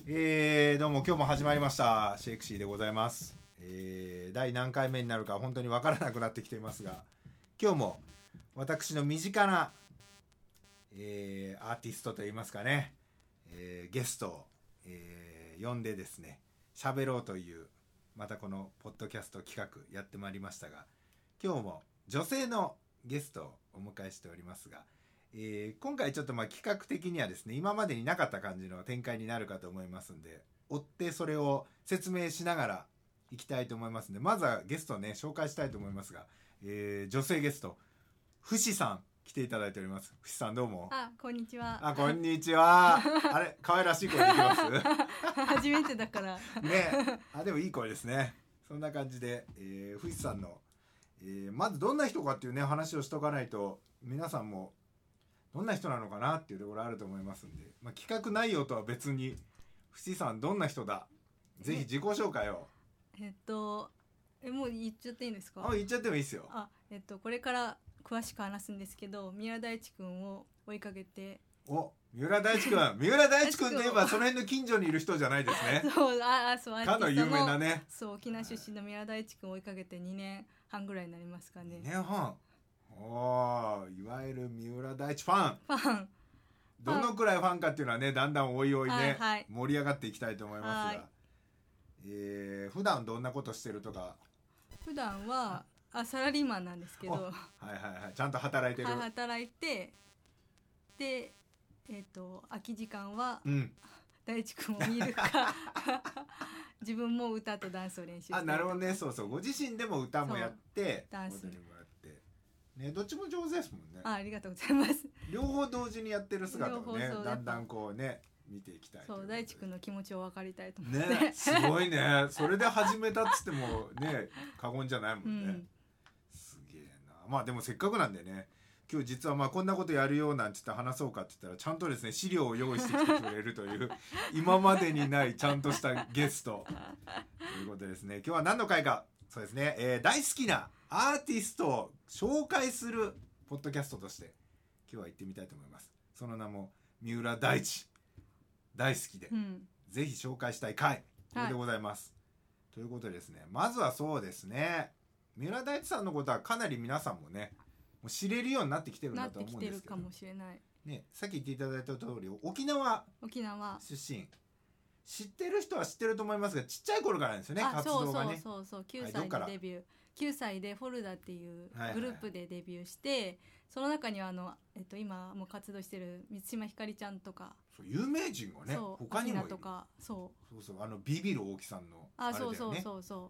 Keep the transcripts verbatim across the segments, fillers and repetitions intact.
えー、どうも今日も始まりましたシェイクシーでございます、えー、第何回目になるか本当に分からなくなってきていますが、今日も私の身近な、えー、アーティストといいますかね、えー、ゲストを、えー、呼んでですね喋ろうというまたこのポッドキャスト企画やってまいりましたが、今日も女性のゲストをお迎えしておりますが、えー、今回ちょっとまあ企画的にはですね今までになかった感じの展開になるかと思いますんで、追ってそれを説明しながらいきたいと思いますんで、まずはゲストをね紹介したいと思いますが、えー、女性ゲストフシさん来ていただいております。フシさんどうも。 あ、こんにちは。 あ、こんにちは。あれ可愛らしい声できます初めてだからね。あ、でもいい声ですね。そんな感じで、えー、フシさんの、えー、まずどんな人かっていうね話をしとかないと皆さんもどんな人なのかなっていうところあると思いますんで、まあ、企画内容とは別にフシさんどんな人だ、ぜひ自己紹介を。 えっとえもう言っちゃっていいんですか？ あ、言っちゃってもいいですよ。 あ、えっとこれから詳しく話すんですけど、三浦大知くんを追いかけて。 お、三浦大知くん三浦大知くんといえばその辺の近所にいる人じゃないですね。 そう、ああ、そう、アーティストのかの有名なね、 そう、沖縄出身の三浦大知くんを追いかけてにねんはんぐらいになりますかね。 にねんはん。おー、いわゆる三浦大知ファン。 ファンどのくらいファンかっていうのはねだんだんおいおいね、 はいはい、 盛り上がっていきたいと思いますが、 はい、 えー、普段どんなことしてるとか。 普段はあサラリーマンなんですけど、はいはいはい、ちゃんと働いてる。 はい、働いてで、えっと空き時間は、 うん、 大知くんを見るか自分も歌とダンスを練習してる。 あ、なるほどね。そうそう、ご自身でも歌もやってダンス踊りもやってね、どっちも上手ですもんね。 あ、ありがとうございます。 両方同時にやってる姿をね両方そうだんだんこうね見ていきたい。 そう、大知くんの気持ちを分かりたいと思って、 ね、すごいね。それで始めたっつってもね過言じゃないもんね、うん、すげえな。まあでもせっかくなんでね、今日実はまあこんなことやるよなんて言って話そうかって言ったらちゃんとですね資料を用意してきてくれるという今までにないちゃんとしたゲストということですね。今日は何の回か、そうですね、えー、大好きなアーティストを紹介するポッドキャストとして今日は行ってみたいと思います。その名も三浦大知大好きで、うん、ぜひ紹介したい回これでございます、はい、ということでですね、まずはそうですね、三浦大知さんのことはかなり皆さんもねもう知れるようになってきてるんだと思うんですけど、 なってきてるかもしれない、 ね、さっき言っていただいた通り沖縄沖縄出身、知ってる人は知ってると思いますがちっちゃい頃からなんですよね、活動がね。 そうそうそうそう、きゅうさいでデビュー、きゅうさいでフォルダっていうグループでデビューして、はいはいはい、その中にはあの、えっと、今も活動してる満島ひかりちゃんとか、 そう有名人がね他にもいる。 とか、そう、 そうそう、あのビビる大木さんのあれだよね、 あ、そうそうそうそう、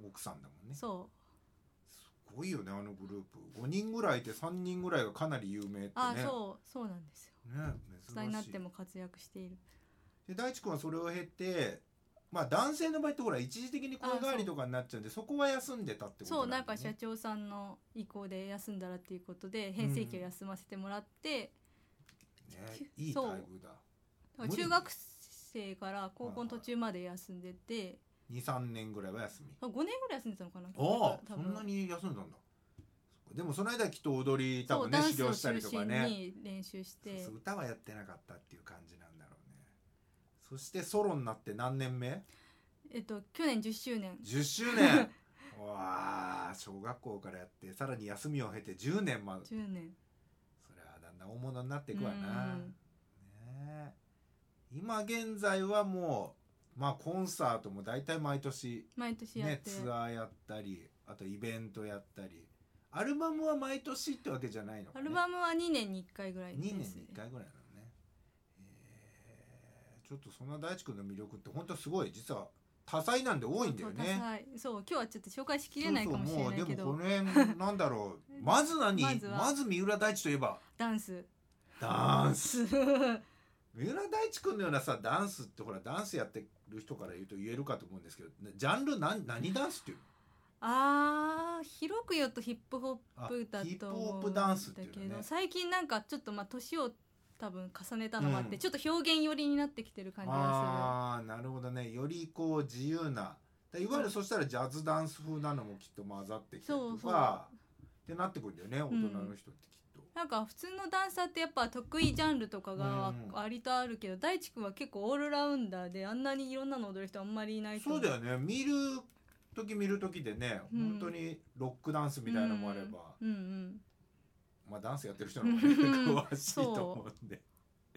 奥さんだもんね。 そうすごいよね、あのグループごにんぐらいいてさんにんぐらいがかなり有名ってね。 あ、そうそうなんですよ、 ね、珍しい。 大人になっても活躍している。 で大知君はそれを経て、まあ男性の場合ってほら一時的に声変わりとかになっちゃうんで そ, そこは休んでたってことなんだ、ね、 そう、なんか社長さんの意向で休んだらっていうことで編成期を休ませてもらって、 うんね、いい待遇だ。 だ中学生から高校の途中まで休んでてにさんねんぐらいは休み、 ごねんぐらい休んでたのかな。 ああ、そんなに休んだんだ。でもその間きっと踊り多分ね指導したりとかね、 ダンスを中心に練習して、 そうそう、歌はやってなかったっていう感じなんだろうね。そしてソロになって何年目？ えっと去年じゅっしゅうねん。 じゅっしゅうねんわあ、小学校からやってさらに休みを経てじゅうねんまで。 じゅうねん。 それはだんだん大物になっていくわな、ね、今現在はもうまあコンサートも大体毎年毎年やって、 ね、ツアーやったりあとイベントやったり、アルバムは毎年ってわけじゃないのか、ね、 アルバムはにねんにいっかいぐらいです。 にねんにいっかいぐらいなのね、えー、ちょっとそんな大地君の魅力って本当すごい実は多彩なんで多いんだよね。 そう、そう、今日はちょっと紹介しきれないかもしれないけど、 そうそう、もうでもこの辺なんだろうまず何まず, まず三浦大知といえばダンスダンス三浦大知君のようなさダンスってほらダンスやってる人から言うと言えるかと思うんですけど、ジャンル 何, 何ダンスっていうの？ あー、広く言うとヒップホップだと思うんだけど、ヒップホップダンスっていうのね、最近なんかちょっとまあ年を多分重ねたのもあって、うん、ちょっと表現寄りになってきてる感じがする。 あー、なるほどね、よりこう自由な、いわゆるそしたらジャズダンス風なのもきっと混ざってきたりとかってなってくるんだよね、大人の人ってきっと。 なんか普通のダンサーってやっぱ得意ジャンルとかが割とあるけど、うん、大地君は結構オールラウンダーであんなにいろんなの踊る人あんまりいないと思う。 そうだよね。見る時見る時でね、うん、本当にロックダンスみたいなのもあれば、 うんうんうん、 まあダンスやってる人の方が、ね、詳しいと思うんで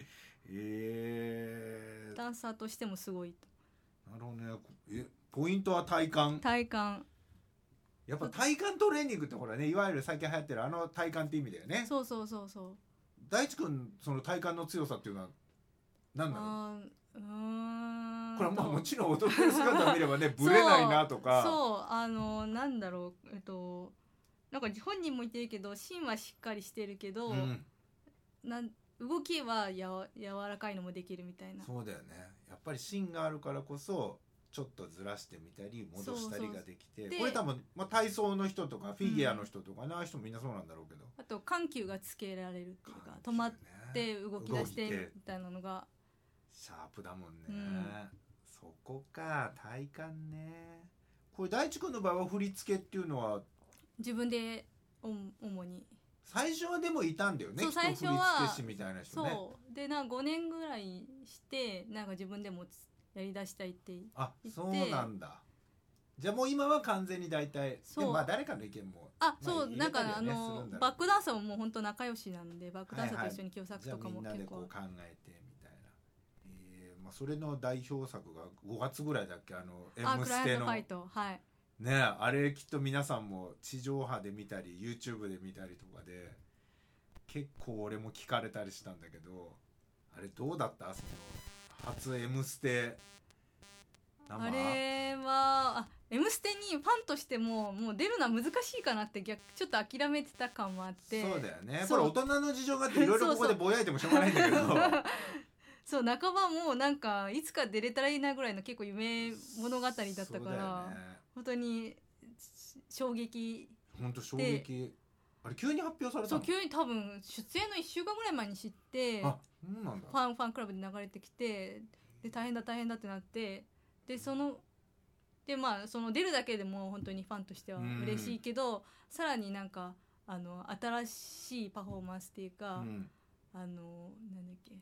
えー、 ダンサーとしてもすごいと。 なるほどね。えポイントは体幹。 体幹やっぱ体幹トレーニングってほらね、いわゆる最近流行ってるあの体幹って意味だよね。 そうそうそうそう。 大地君その体幹の強さっていうのは何なの？あうーんこれはまあもちろん踊ってる姿を見ればねブレないなとか。 そう、そうあのなんだろうえっとなんか本人も言ってるけど芯はしっかりしてるけど、うん、なん動きはやわ柔らかいのもできるみたいな。 そうだよね。やっぱり芯があるからこそちょっとずらしてみたり戻したりができて、そうそうこれ多分、まあ、体操の人とかフィギュアの人とかね、うん、ああいう人もみんなそうなんだろうけど、 あと緩急がつけられるっていうか、ね、止まって動き出してみたいなのがシャープだもんね、うん、そこか体幹ね。これ大地君の場合は振り付けっていうのは自分で主に最初はでもいたんだよね。 そう最初は振り付け師みたいな人ね。 そうでなんかごねんぐらいしてなんか自分でもやりだしたいって言って。 あ、そうなんだ。じゃあもう今は完全に大体でもまあ誰かの意見もあ、まあ、そう、ね、なんかあのバックダンサーももう本当仲良しなんでバックダンサーと一緒に共作とかも結構、はいはい、じゃあみんなでこう考えてみたいな、えーまあ、それの代表作がごがつぐらいだっけ、あの M ステのファイト、はいね、あれきっと皆さんも地上波で見たり YouTube で見たりとかで結構俺も聞かれたりしたんだけど、あれどうだった？その初 M ステあれはあ M ステにファンとしてももう出るのは難しいかなって逆ちょっと諦めてた感もあって。 そうだよね。これ大人の事情があっていろいろここでぼやいてもしょうがないんだけどそう半ばもうなんかいつか出れたらいいなぐらいの結構夢物語だったから、ね、本当に衝撃。 本当衝撃。あれ急に発表されたの？ そう急に多分出演のいっしゅうかんぐらい前に知って、 あ、そうなんだ。 ファンファンクラブで流れてきてで大変だ大変だってなってでそのでまあその出るだけでも本当にファンとしては嬉しいけど、うん、さらになんかあの新しいパフォーマンスっていうか、うん、あのなんだっけ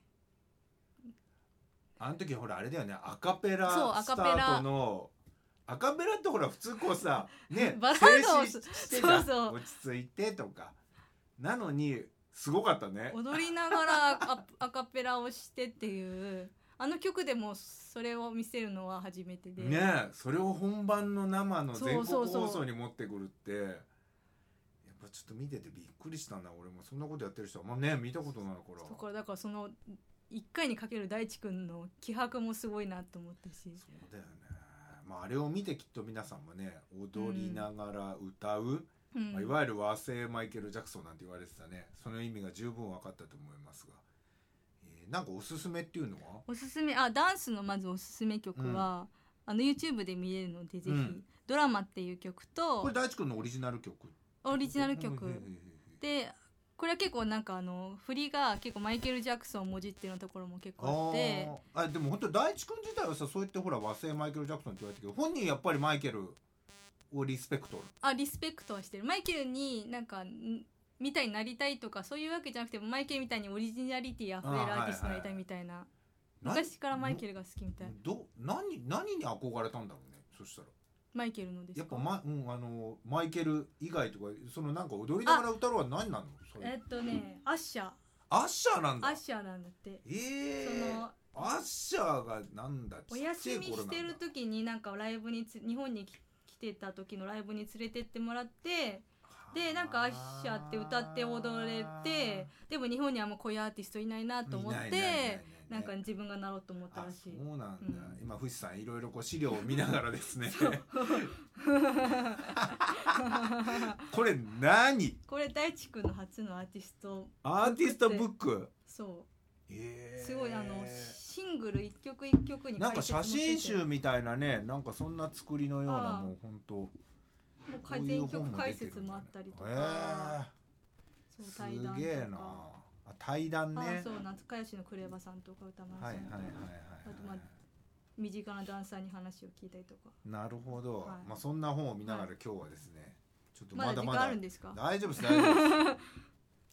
あの時ほらあれだよね、アカペラスタートのアカペラってほら普通こうさねバラードをしてそうそう落ち着いてとかなのにすごかったね。 踊りながらアカペラをしてっていうあの曲でもそれを見せるのは初めてでねえ、それを本番の生の全国放送に持ってくるってやっぱちょっと見ててびっくりしたな。俺もそんなことやってる人はまあね見たことないから。 だからだからそのいっかいにかける大地くんの気迫もすごいなと思ったし。そうだよね。まああれを見てきっと皆さんもね踊りながら歌う、うんまあ、いわゆる和製マイケル・ジャクソンなんて言われてたね。その意味が十分分かったと思いますが、えー、なんかおすすめっていうのは？ おすすめあダンスのまずおすすめ曲は、うん、あの YouTube で見れるのでぜひ、うん、ドラマっていう曲とこれ大地くんのオリジナル曲オリジナル曲でこれは結構なんかあの振りが結構マイケル・ジャクソンをもじってるところも結構あってああでも本当大地君自体はさそうやってほら和製マイケル・ジャクソンって言われてるけど本人やっぱりマイケルをリスペクトあリスペクトはしてる。マイケルになんかみたいになりたいとかそういうわけじゃなくてマイケルみたいにオリジナリティあふれるアーティストになりたいみたいな、はいはい、昔からマイケルが好きみたい。 ど何何に憧れたんだろうね。そしたらマイケルのですか？ やっぱ、まうん、あのマイケル以外とかそのなんか踊りながら歌うは何なの？それえっとねアッシャーアッシャーなんだ。 アッシャーなんだって。 えー、そのアッシャーがなんだお休みしてる時になんかライブにつ日本に来てた時のライブに連れてってもらってでなんかアッシャーって歌って踊れてでも日本にはもうこういうアーティストいないなと思ってなんか自分がなろうと思ったらしい。 そうなんだ、うん、今藤さんいろいろこう資料を見ながらですねこれ何これ大地くんの初のアーティストアーティストブックそう、 えー、 すごいあのシングル一曲一曲になんか写真集みたいなねなんかそんな作りのようなもう本当もう全曲解説もあったりとか、えー、そう対談とかすげえなあ対談ねあそう仲良しのクレバさんとか歌丸さんとか、はいはいはいはい、あとまあ身近なダンサーに話を聞いたりとか。 なるほど、はいまあ、そんな本を見ながら今日はですね、はい、ちょっとまだまだまだ時間あるんですか？ 大丈夫です大丈夫です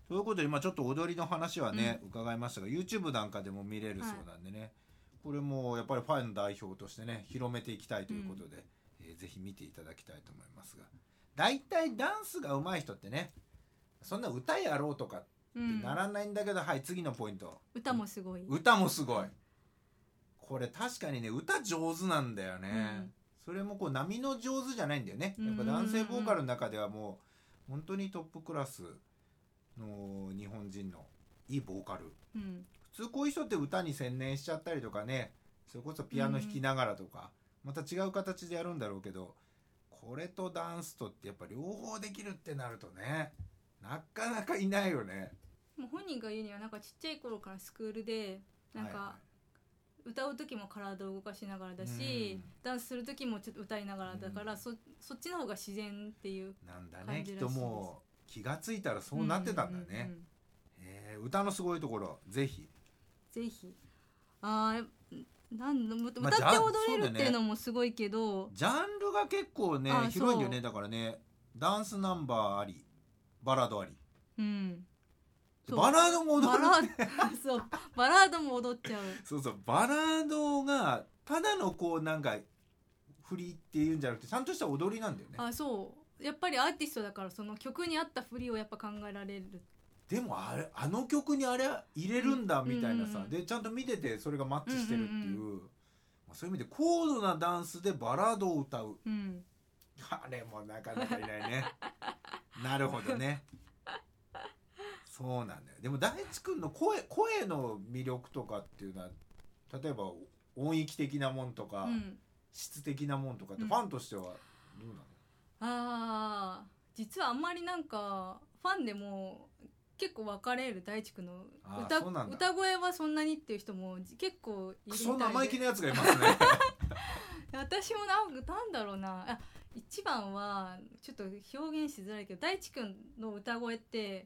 ということで、まあ、ちょっと踊りの話はね、うん、伺いましたが YouTube なんかでも見れるそうなんでね、はい、これもやっぱりファン代表としてね広めていきたいということで、うんえー、ぜひ見ていただきたいと思いますが、だいたいダンスが上手い人ってねそんな歌やろうとかってならないんだけど、うん、はい次のポイント、 歌もすごい歌もすごいこれ確かにね歌上手なんだよね、うん、それもこう波の上手じゃないんだよね。やっぱ男性ボーカルの中ではもう本当にトップクラスの日本人のいいボーカル、うん、普通こういう人って歌に専念しちゃったりとかねそれこそピアノ弾きながらとか、うん、また違う形でやるんだろうけどこれとダンスとってやっぱ両方できるってなるとねなかなかいないよね。 もう本人が言うにはなんかちっちゃい頃からスクールでなんか、はいはい歌う時も体を動かしながらだし、うん、ダンスする時もちょっと歌いながらだから、うん、そ, そっちの方が自然っていうなんだねきっともう気がついたらそうなってたんだね、うんうんうん、えー、歌のすごいところぜひぜひあなん歌って踊れるっていうのもすごいけど、 まあ、ジャンルが結構ね広いんだよね。だからねダンスナンバーありバラードあり、うんバラードも踊るバラそうバラードも踊っちゃうそうそうバラードがただのこうなんか振りっていうんじゃなくてちゃんとした踊りなんだよね。 あそうやっぱりアーティストだからその曲に合った振りをやっぱ考えられる。 でもあれあの曲にあれ入れるんだみたいなさ、うんうんうん、でちゃんと見ててそれがマッチしてるっていう、うんうんうんまあ、そういう意味で高度なダンスでバラードを歌う、うん、あれもなかなかいないねなるほどねそうなんだよ。でも大地君の 声, 声の魅力とかっていうのは例えば音域的なもんとか、うん、質的なもんとかってファンとしてはどうなの、うん、 あ実はあんまりなんかファンでも結構分かれる大地君の 歌, 歌声はそんなにっていう人も結構いるみたいでクソ生意気なやつがいますね私もなんかなんだろうなあ一番はちょっと表現しづらいけど大地君の歌声って、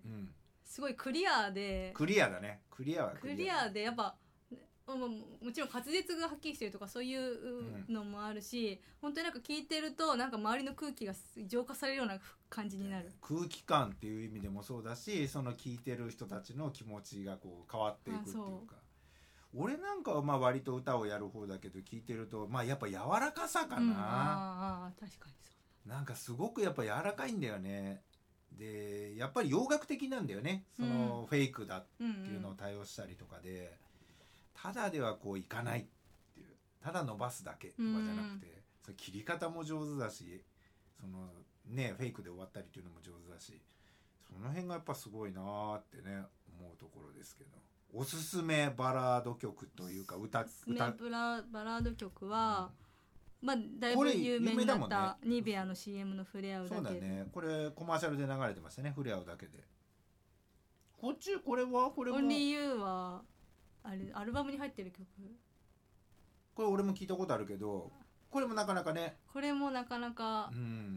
うんすごいクリアでクリアだねクリアはクリア、クリアでやっぱ も, もちろん滑舌がはっきりしてるとかそういうのもあるし、うん、本当になんか聞いてるとなんか周りの空気が浄化されるような感じになる。 空気感っていう意味でもそうだしその聞いてる人たちの気持ちがこう変わっていくっていうか俺なんかはまあ割と歌をやる方だけど聞いてるとまあやっぱ柔らかさかな、うん、 ああ確かにそうなんかすごくやっぱ柔らかいんだよね。でやっぱり洋楽的なんだよねそのフェイクだっていうのを対応したりとかで、うんうん、ただではこういかないっていうただ伸ばすだけとかじゃなくて、うん、その切り方も上手だしそのねフェイクで終わったりっていうのも上手だしその辺がやっぱすごいなーってね思うところですけどおすすめバラード曲というか歌おすすめバラ、バラード曲は、うんまあ、だいぶ有名になった、ね、ニベアの シーエム の触れ合うだけでそうだねこれコマーシャルで流れてましたね触れ合うだけでこっちこれはこれも Only You はあれアルバムに入ってる曲これ俺も聞いたことあるけどこれもなかなかねこれもなかなか、うん、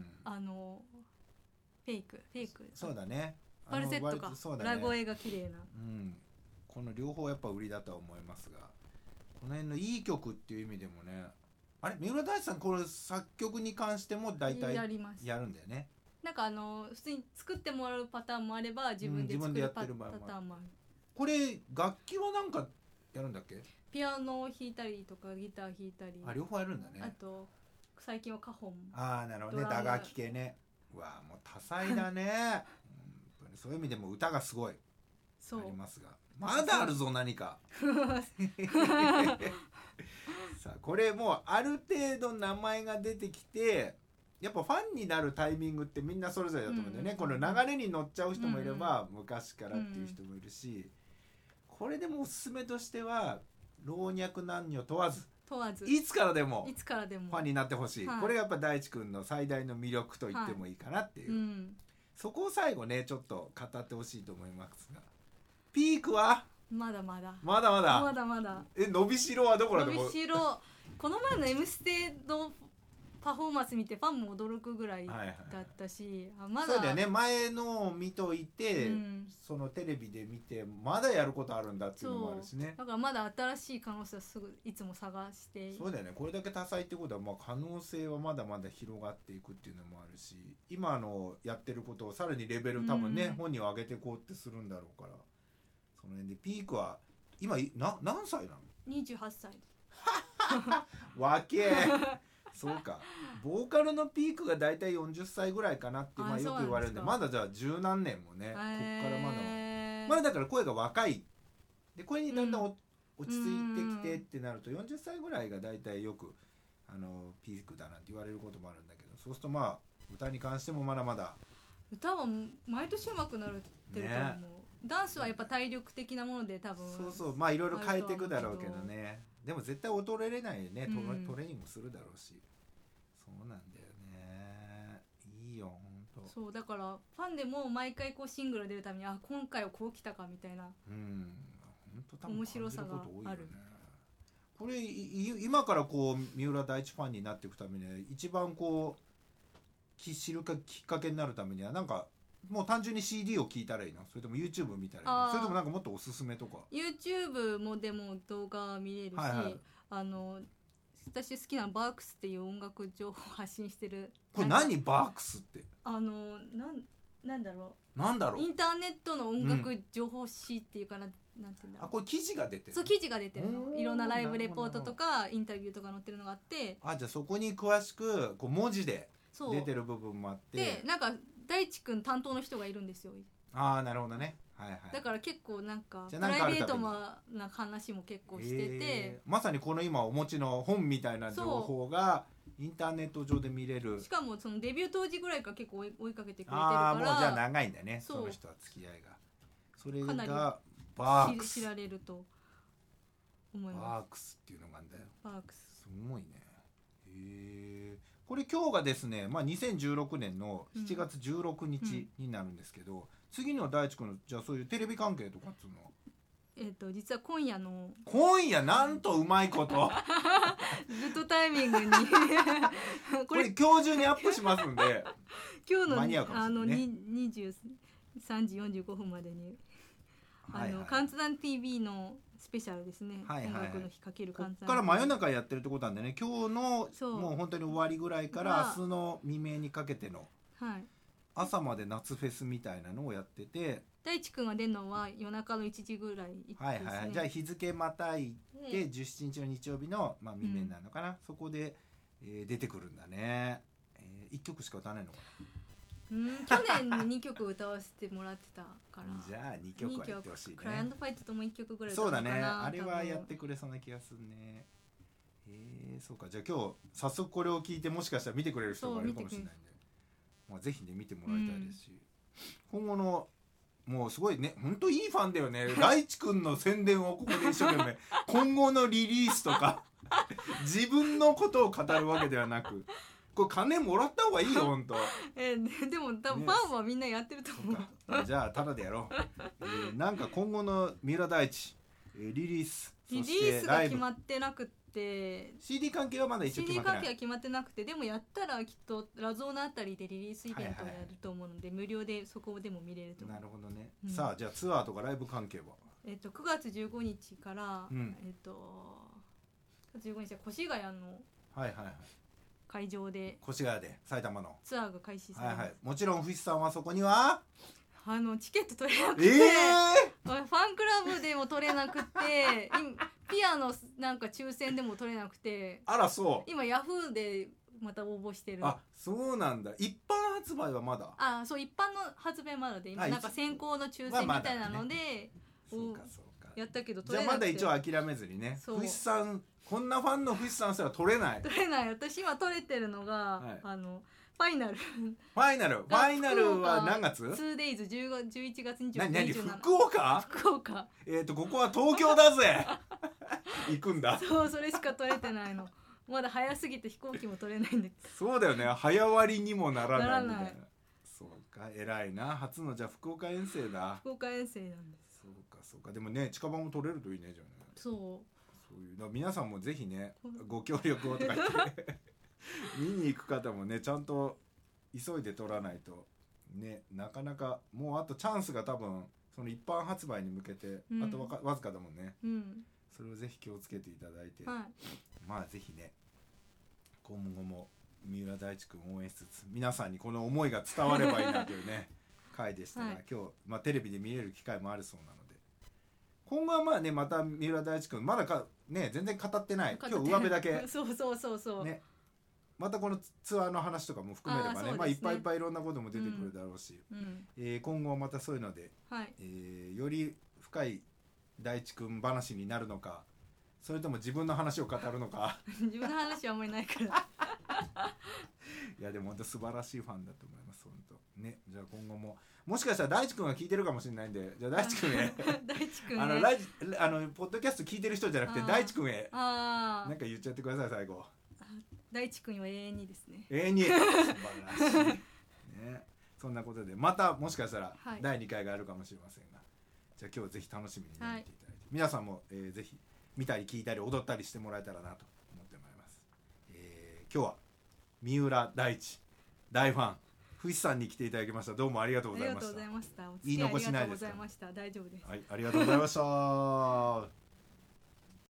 あのフェイクフェイクそうだねファルセットか、ね、裏声が綺麗な、 うん、この両方やっぱ売りだとは思いますがこの辺のいい曲っていう意味でもねあれ三浦大知さんこれ作曲に関しても大体やるんだよね。 なんかあの普通に作ってもらうパターンもあれば自分で作るパターンもある、うん、 これ楽器はなんかやるんだっけピアノを弾いたりとかギター弾いたりあ両方やるんだね。 あと最近はカホンああなるほどね打楽器系ねうわもう多彩だねそういう意味でも歌がすごいありますがまだあるぞ何かさあこれもうある程度名前が出てきてやっぱファンになるタイミングってみんなそれぞれだと思うんだよね、うん、この流れに乗っちゃう人もいれば、うん、昔からっていう人もいるし、うん、これでもおすすめとしては老若男女問わず問わずいつからでもいつからでもファンになってほしい、はい、これがやっぱ大地君の最大の魅力と言ってもいいかなっていう、はいうん、そこを最後ねちょっと語ってほしいと思いますがピークはまだまだまだまだまだまだえ伸びしろはどこらでも伸びしろこの前の M ステのパフォーマンス見てファンも驚くぐらいだはいはいったし、あまだそうだよね、前のを見といて、 うん、 そのテレビで見てまだやることあるんだっていうのもあるしね。 だからまだ新しい可能性をすぐいつも探してそうだよね、これだけ多彩ってことは、まあ、可能性はまだまだ広がっていくっていうのもあるし、今のやってることをさらにレベル多分ね、うん、本人を上げていこうってするんだろうから、その辺でピークは今な何歳なの？ にじゅうはっさいわけそうか、ボーカルのピークがだいたいよんじゅっさいぐらいかなってまあよく言われるんで、まだじゃあ十何年もね、こっからまだまだだから声が若いで、これにだんだん、うん、落ち着いてきてってなるとよんじゅっさいぐらいがだいたいよくあのピークだなんて言われることもあるんだけど、そうするとまあ歌に関してもまだまだ歌は毎年上手くなるってると思う、ね、ダンスはやっぱ体力的なもので多分そうそう、まあいろいろ変えていくだろうけどね、でも絶対衰えれないよね、トレ、うん、トレーニングもするだろうし、そうなんだよね、いいよほんと。 そうだからファンでも毎回こうシングル出るために、あ今回はこう来たかみたいな、 うん、ほんと多分面白さがある。 これ今からこう三浦大知ファンになっていくためには一番こう知るかきっかけになるためにはなんかもう単純に シーディー を聴いたらいいの？それとも YouTube 見たらいいの？それともなんかもっとおすすめとか？ YouTube もでも動画見れるし、はいはい、あの私好きなバークスっていう音楽情報を発信してる。 これ何バークスって？ あのなんなんだろうなんだろうインターネットの音楽情報誌っていうかな、うん、なんていうんだろう、 あこれ記事が出てる？ そう記事が出てるの。いろんなライブレポートとかインタビューとか載ってるのがあって、 あじゃあそこに詳しくこう文字で出てる部分もあって、 でなんか大地くん担当の人がいるんですよ。 ああなるほどね、はいはい、 だから結構なんかプライベートな話も結構してて、 えー、まさにこの今お持ちの本みたいな情報がインターネット上で見れる。 しかもそのデビュー当時ぐらいから結構追いかけてくれてるから、 あもうじゃあ長いんだね、 そ, その人は付き合いが。それがバークス知られると思います。 バークスっていうのがあるんだよ。 バークスすごいね。へえ。これ今日がですね、まあ、にせんじゅうろくねんのしちがつじゅうろくにちになるんですけど、うんうん、次の大地君のじゃあそういうテレビ関係とかっつうのはえー、と実は今夜の今夜なんとうまいことグッドタイミングにこれ今日中にアップしますんで今日の間に合うかもしれないね。 あのにじゅうさんじよんじゅうごふんまでにあの、はいはい、カンツダン ティーブイ のスペシャルですね、はいはいはい、音楽の日かけるカンツダン ティーブイここから真夜中やってるってことなんでね、今日のもう本当に終わりぐらいから明日の未明にかけての朝まで夏フェスみたいなのをやってて、 大地君が出るのは夜中のいちじぐらいですね。 はいはい、じゃあ日付またいでじゅうしちにちの日曜日の、まあ、未明なのかな、うん、そこで、えー、出てくるんだね、えー、いっきょくしか歌わないのかな。 うん去年ににきょく歌わせてもらってたからじゃあにきょくはやってほしいね。 クライアントファイトともいっきょくぐらいそうだね、あれはやってくれそうな気がするね。えー、そうか、じゃあ今日早速これを聞いてもしかしたら見てくれる人がいるかもしれないんで、まあ、ぜひね見てもらいたいですし、うん、今後のもうすごいね、本当いいファンだよね大地くんの宣伝をここで一生懸命今後のリリースとか自分のことを語るわけではなく、これ金もらった方がいいよ本当えー、でも多分ファンはみんなやってると思う、 ね、じゃあタダでやろう、えー、なんか今後の三浦大知、えー、リリースリリースが決まってなくてシーディー 関係はまだ一応決まってない。 シーディー 関係は決まってなくて、でもやったらきっとラゾーのあたりでリリースイベントをやると思うので、はいはい、無料でそこでも見れると思う。 なるほどね、 うん、 さあじゃあツアーとかライブ関係は、 えっと、くがつじゅうごにちから、うん、えっと、くがつじゅうごにちは越谷のはいはいはい会場で、 越谷で埼玉のツアーが開始されます、はいはい、 もちろん藤さんはそこにはあのチケット取れなくて、 えー、 ファンクラブでも取れなくてピアのなんか抽選でも取れなくて、 あらそう、 今ヤフーでまた応募してる。 あそうなんだ、一般発売はまだ、 あそう一般の発売まだで今なんか先行の抽選みたいなので、まあまだね、そうかそうかやったけど取れなくて、 じゃあまだ一応諦めずにね、藤さんこんなファンの藤さんすら取れない取れない。私今取れてるのが、はい、あのファイナルファイナルファイナルは何月ツーデイズ じゅういちがつにじゅうに、 にち福岡福岡えっとここは東京だぜ行くんだ。 そうそれしか取れてないの。まだ早すぎて飛行機も取れないんでそうだよね、早割りにもならないみたいな。 ならない。 そうか偉いな、初のじゃあ福岡遠征だ。 福岡遠征なんです。 そうかそうか、でもね近場も取れるといいね。じゃあね、 そうそういうだ皆さんもぜひねご協力をとか言って見に行く方もねちゃんと急いで撮らないとね、なかなかもうあとチャンスが多分その一般発売に向けて、うん、あとわかわずかだもんね、うん、それをぜひ気をつけていただいて、はい、まあぜひね今後も三浦大知くん応援しつつ皆さんにこの思いが伝わればいいなというね回でしたが、はい、今日、まあ、テレビで見れる機会もあるそうなので今後はまあねまた三浦大知くんまだかね全然語ってない今日上辺だけそうそうそうそうねまたこのツアーの話とかも含めれば ね, ねまあいっぱいいっぱいいろんなことも出てくるだろうし、うんうんえー、今後はまたそういうので、はいえー、より深い大地くん話になるのかそれとも自分の話を語るのか自分の話はあんまりないからいやでも本当素晴らしいファンだと思います本当ね。じゃあ今後ももしかしたら大地くんが聞いてるかもしれないんでじゃあ大地くんへ大地くん、ね、 あのラジあのポッドキャスト聞いてる人じゃなくて大地くんへあなんか言っちゃってください最後。 大地くんは永遠にですね永遠に素晴らしい、ね、そんなことでまたもしかしたらだいにかいがあるかもしれませんが、はい、じゃあ今日ぜひ楽しみに、ねはい、見ていただいて皆さんも、えー、ぜひ見たり聞いたり踊ったりしてもらえたらなと思ってまいります、えー、今日は三浦大知大ファン富士山に来ていただきました。どうもありがとうございました。 ありがとうございました。 言い残しないですか。 大丈夫です。 はい、ありがとうございました